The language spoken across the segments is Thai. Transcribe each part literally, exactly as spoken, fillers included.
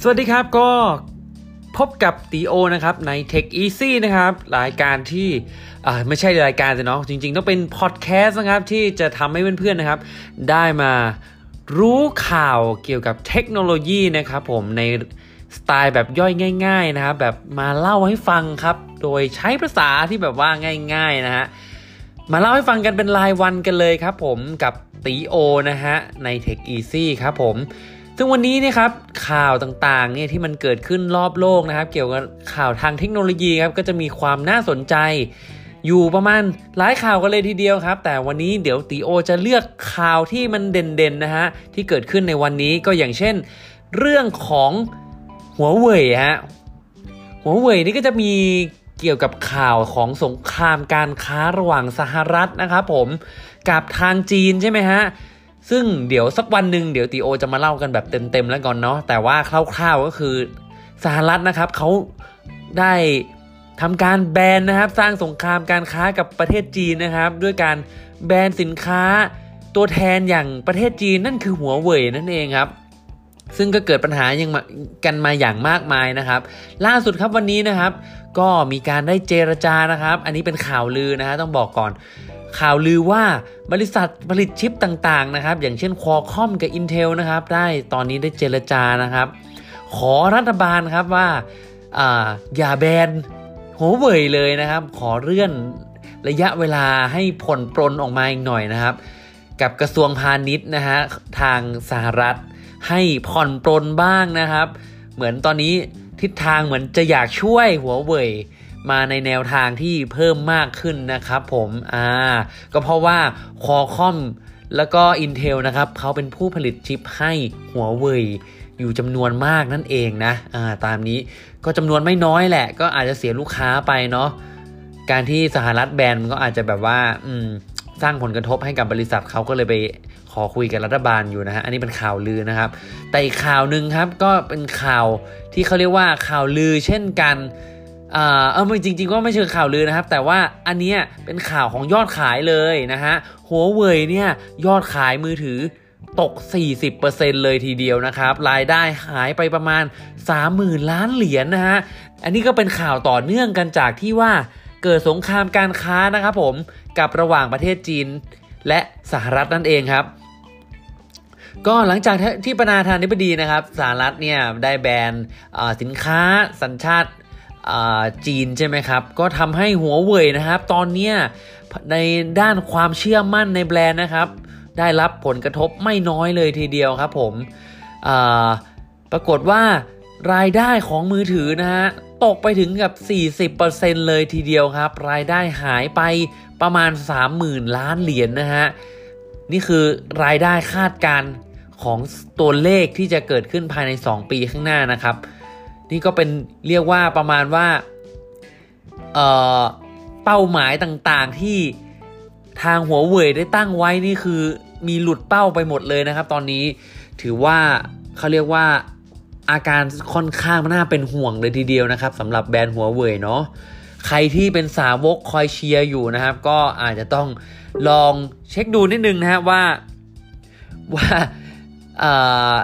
วัสดีครับก็พบกับตีโอนะครับใน Tech Easy นะครับรายการที่อ่าไม่ใช่รายการแต่เนาะจริงๆต้องเป็นพอดแคสต์นะครับที่จะทำให้เพื่อนๆนะครับได้มารู้ข่าวเกี่ยวกับเทคโนโลยีนะครับผมในสไตล์แบบย่อยง่ายๆนะครับแบบมาเล่าให้ฟังครับโดยใช้ภาษาที่แบบว่าง่ายๆนะฮะมาเล่าให้ฟังกันเป็นรายวันกันเลยครับผมกับตีโอนะฮะใน Tech Easy ครับผมซึ่งวันนี้เนี่ยครับข่าวต่างๆเนี่ยที่มันเกิดขึ้นรอบโลกนะครับเกี่ยวกับข่าวทางเทคโนโลยีครับก็จะมีความน่าสนใจอยู่ประมาณหลายข่าวกันเลยทีเดียวครับแต่วันนี้เดี๋ยวตีโอจะเลือกข่าวที่มันเด่นๆนะฮะที่เกิดขึ้นในวันนี้ก็อย่างเช่นเรื่องของหัวเว่ยฮะหัวเว่ยนี่ก็จะมีเกี่ยวกับข่าวของสงครามการค้าระหว่างสหรัฐนะครับผมกับทางจีนใช่ไหมฮะซึ่งเดี๋ยวสักวันหนึ่งเดี๋ยวตีโอจะมาเล่ากันแบบเต็มๆแล้วก่อนเนาะแต่ว่าคร่าวๆก็คือสหรัฐนะครับเขาได้ทำการแบนนะครับสร้างสงครามการค้ากับประเทศจีนนะครับด้วยการแบนสินค้าตัวแทนอย่างประเทศจีนนั่นคือหัวเว่ยนั่นเองครับซึ่งก็เกิดปัญหายังกันมาอย่างมากมายนะครับล่าสุดครับวันนี้นะครับก็มีการได้เจรจานะครับอันนี้เป็นข่าวลือนะฮะต้องบอกก่อนข่าวลือว่าบริษัทผลิตชิปต่างๆนะครับอย่างเช่น Qualcomm กับ Intel นะครับได้ตอนนี้ได้เจรจานะครับขอรัฐบาลครับว่าอ่าอย่าแบนหัวเว่ยเลยนะครับขอเลื่อนระยะเวลาให้ผ่อนปรนออกมาอีกหน่อยนะครับกับกระทรวงพาณิชย์นะฮะทางสหรัฐให้ผ่อนปรนบ้างนะครับเหมือนตอนนี้ทิศทางเหมือนจะอยากช่วยหัวเว่ยมาในแนวทางที่เพิ่มมากขึ้นนะครับผมอ่าก็เพราะว่า Qualcomm แล้วก็ Intel นะครับเขาเป็นผู้ผลิตชิปให้หัวเว่ยอยู่จำนวนมากนั่นเองนะอ่าตามนี้ก็จำนวนไม่น้อยแหละก็อาจจะเสียลูกค้าไปเนาะการที่สหรัฐแบนมันก็อาจจะแบบว่าอืมสร้างผลกระทบให้กับบริษัทเขาก็เลยไปขอคุยกับรัฐบาลอยู่นะฮะอันนี้เป็นข่าวลือนะครับแต่อีกข่าวนึงครับก็เป็นข่าวที่เขาเรียกว่าข่าวลือเช่นกันอ่าเออจริงๆก็ไม่เชิงข่าวลือนะครับแต่ว่าอันเนี้ยเป็นข่าวของยอดขายเลยนะฮะหัวเว่ยเนี่ยยอดขายมือถือตก สี่สิบเปอร์เซ็นต์ เลยทีเดียวนะครับรายได้หายไปประมาณ สามหมื่น ล้านเหรียญ นะฮะอันนี้ก็เป็นข่าวต่อเนื่องกันจากที่ว่าเกิดสงครามการค้านะครับผมกับระหว่างประเทศจีนและสหรัฐนั่นเองครับก็หลังจากที่ประธานาธิบดีนะครับสหรัฐเนี่ยได้แบนสินค้าสัญชาติจีนใช่ไหมครับก็ทำให้หัวเว่ยนะครับตอนนี้ในด้านความเชื่อมั่นในแบรนด์นะครับได้รับผลกระทบไม่น้อยเลยทีเดียวครับผมปรากฏว่ารายได้ของมือถือนะฮะตกไปถึงกับ สี่สิบเปอร์เซ็นต์ เลยทีเดียวครับรายได้หายไปประมาณ สามหมื่น ล้านเหรียญ นะฮะนี่คือรายได้คาดการณ์ของตัวเลขที่จะเกิดขึ้นภายในสองปีข้างหน้านะครับนี่ก็เป็นเรียกว่าประมาณว่าเอ่อเป้าหมายต่างๆที่ทางหัวเว่ยได้ตั้งไว้นี่คือมีหลุดเป้าไปหมดเลยนะครับตอนนี้ถือว่าเขาเรียกว่าอาการค่อนข้างน่าเป็นห่วงเลยทีเดียวนะครับสำหรับแบรนด์หัวเว่ยเนาะใครที่เป็นสาวกคอยเชียร์อยู่นะครับก็อาจจะต้องลองเช็คดูนิดนึงนะฮะว่าว่าอ่า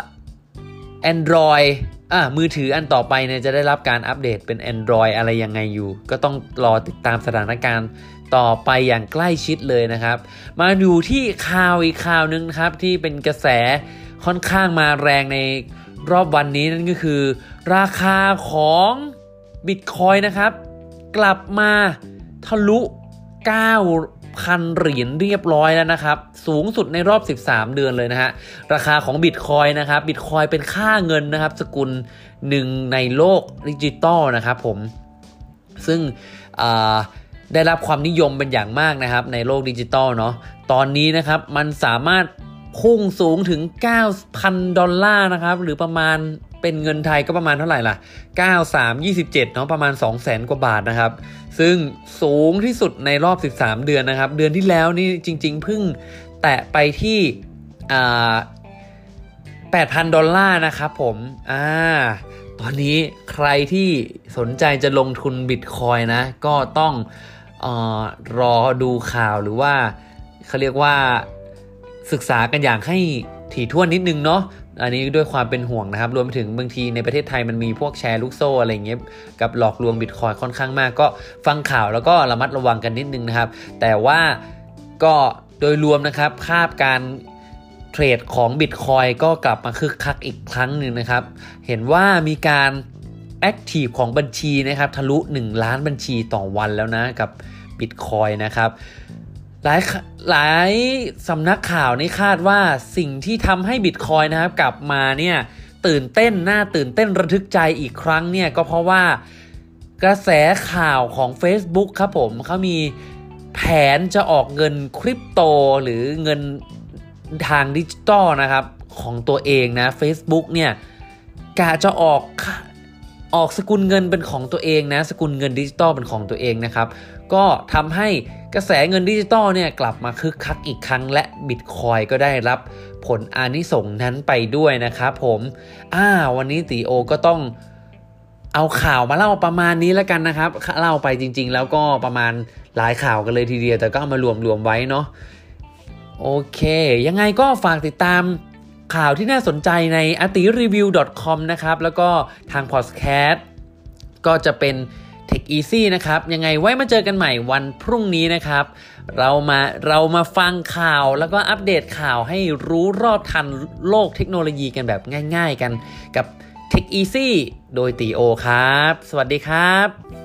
Android อ่ะมือถืออันต่อไปเนี่ยจะได้รับการอัปเดตเป็น Android อะไรยังไงอยู่ก็ต้องรอติดตามสถานการณ์ต่อไปอย่างใกล้ชิดเลยนะครับมาดูที่ข่าวอีกข่าวนึงครับที่เป็นกระแสค่อนข้างมาแรงในรอบวันนี้นั่นก็คือราคาของ Bitcoin นะครับกลับมาทะลุ เก้าพัน เหรียญเรียบร้อยแล้วนะครับสูงสุดในรอบสิบสามเดือนเลยนะฮะราคาของ Bitcoin นะครับ Bitcoin เป็นค่าเงินนะครับสกุลหนึ่งในโลกดิจิตอลนะครับผมซึ่งได้รับความนิยมเป็นอย่างมากนะครับในโลกดิจิตอลเนาะตอนนี้นะครับมันสามารถพุ่งสูงถึง เก้าพัน ดอลลาร์นะครับหรือประมาณเป็นเงินไทยก็ประมาณเท่าไหร่ล่ะเก้า สาม ยี่สิบเจ็ดเนาะประมาณ สองแสน กว่าบาทนะครับซึ่งสูงที่สุดในรอบสิบสามเดือนนะครับเดือนที่แล้วนี่จริงๆเพิ่งแตะไปที่อ่า แปดพัน ดอลลาร์นะครับผมอ่าตอนนี้ใครที่สนใจจะลงทุน Bitcoin นะก็ต้องเอ่อรอดูข่าวหรือว่าเขาเรียกว่าศึกษากันอย่างให้ ถี่ถ้วนนิดนึงเนาะอันนี้ด้วยความเป็นห่วงนะครับรวมไปถึงบางทีในประเทศไทยมันมีพวกแชร์ลูกโซ่อะไรเงี้ยกับหลอกลวงบิตคอยค่อนข้างมากก็ฟังข่าวแล้วก็ระมัดระวังกันนิดนึงนะครับแต่ว่าก็โดยรวมนะครับภาพการเทรดของ Bitcoin ก็กลับมาคึกคักอีกครั้งหนึ่งนะครับเห็นว่ามีการแอคทีฟของบัญชีนะครับทะลุหนึ่งล้านบัญชีต่อวันแล้วนะกับ Bitcoin นะครับหลายหลายสำนักข่าวนี่คาดว่าสิ่งที่ทำให้ Bitcoin นะครับกลับมาเนี่ยตื่นเต้นน่าตื่นเต้นระทึกใจอีกครั้งเนี่ยก็เพราะว่ากระแสข่าวของ Facebook ครับผมเขามีแผนจะออกเงินคริปโตหรือเงินทางดิจิตอลนะครับของตัวเองนะ Facebook เนี่ยกะจะออกออกสกุลเงินเป็นของตัวเองนะสกุลเงินดิจิตอลเป็นของตัวเองนะครับก็ทำให้กระแสเงินดิจิตอลเนี่ยกลับมาคึกคักอีกครั้งและ Bitcoin ก็ได้รับผลอานิสงส์นั้นไปด้วยนะครับผมอ่าวันนี้ตีโอก็ต้องเอาข่าวมาเล่าประมาณนี้แล้วกันนะครับเล่าไปจริงๆแล้วก็ประมาณหลายข่าวกันเลยทีเดียวแต่ก็เอามารวมๆไว้เนาะโอเคยังไงก็ฝากติดตามข่าวที่น่าสนใจใน อาติรีวิว ดอท คอม นะครับแล้วก็ทางพอดแคสต์ก็จะเป็น Tech Easy นะครับยังไงไว้มาเจอกันใหม่วันพรุ่งนี้นะครับเรามาเรามาฟังข่าวแล้วก็อัปเดตข่าวให้รู้รอบทันโลกเทคโนโลยีกันแบบง่ายๆกันกับ Tech Easy โดยตีโอครับสวัสดีครับ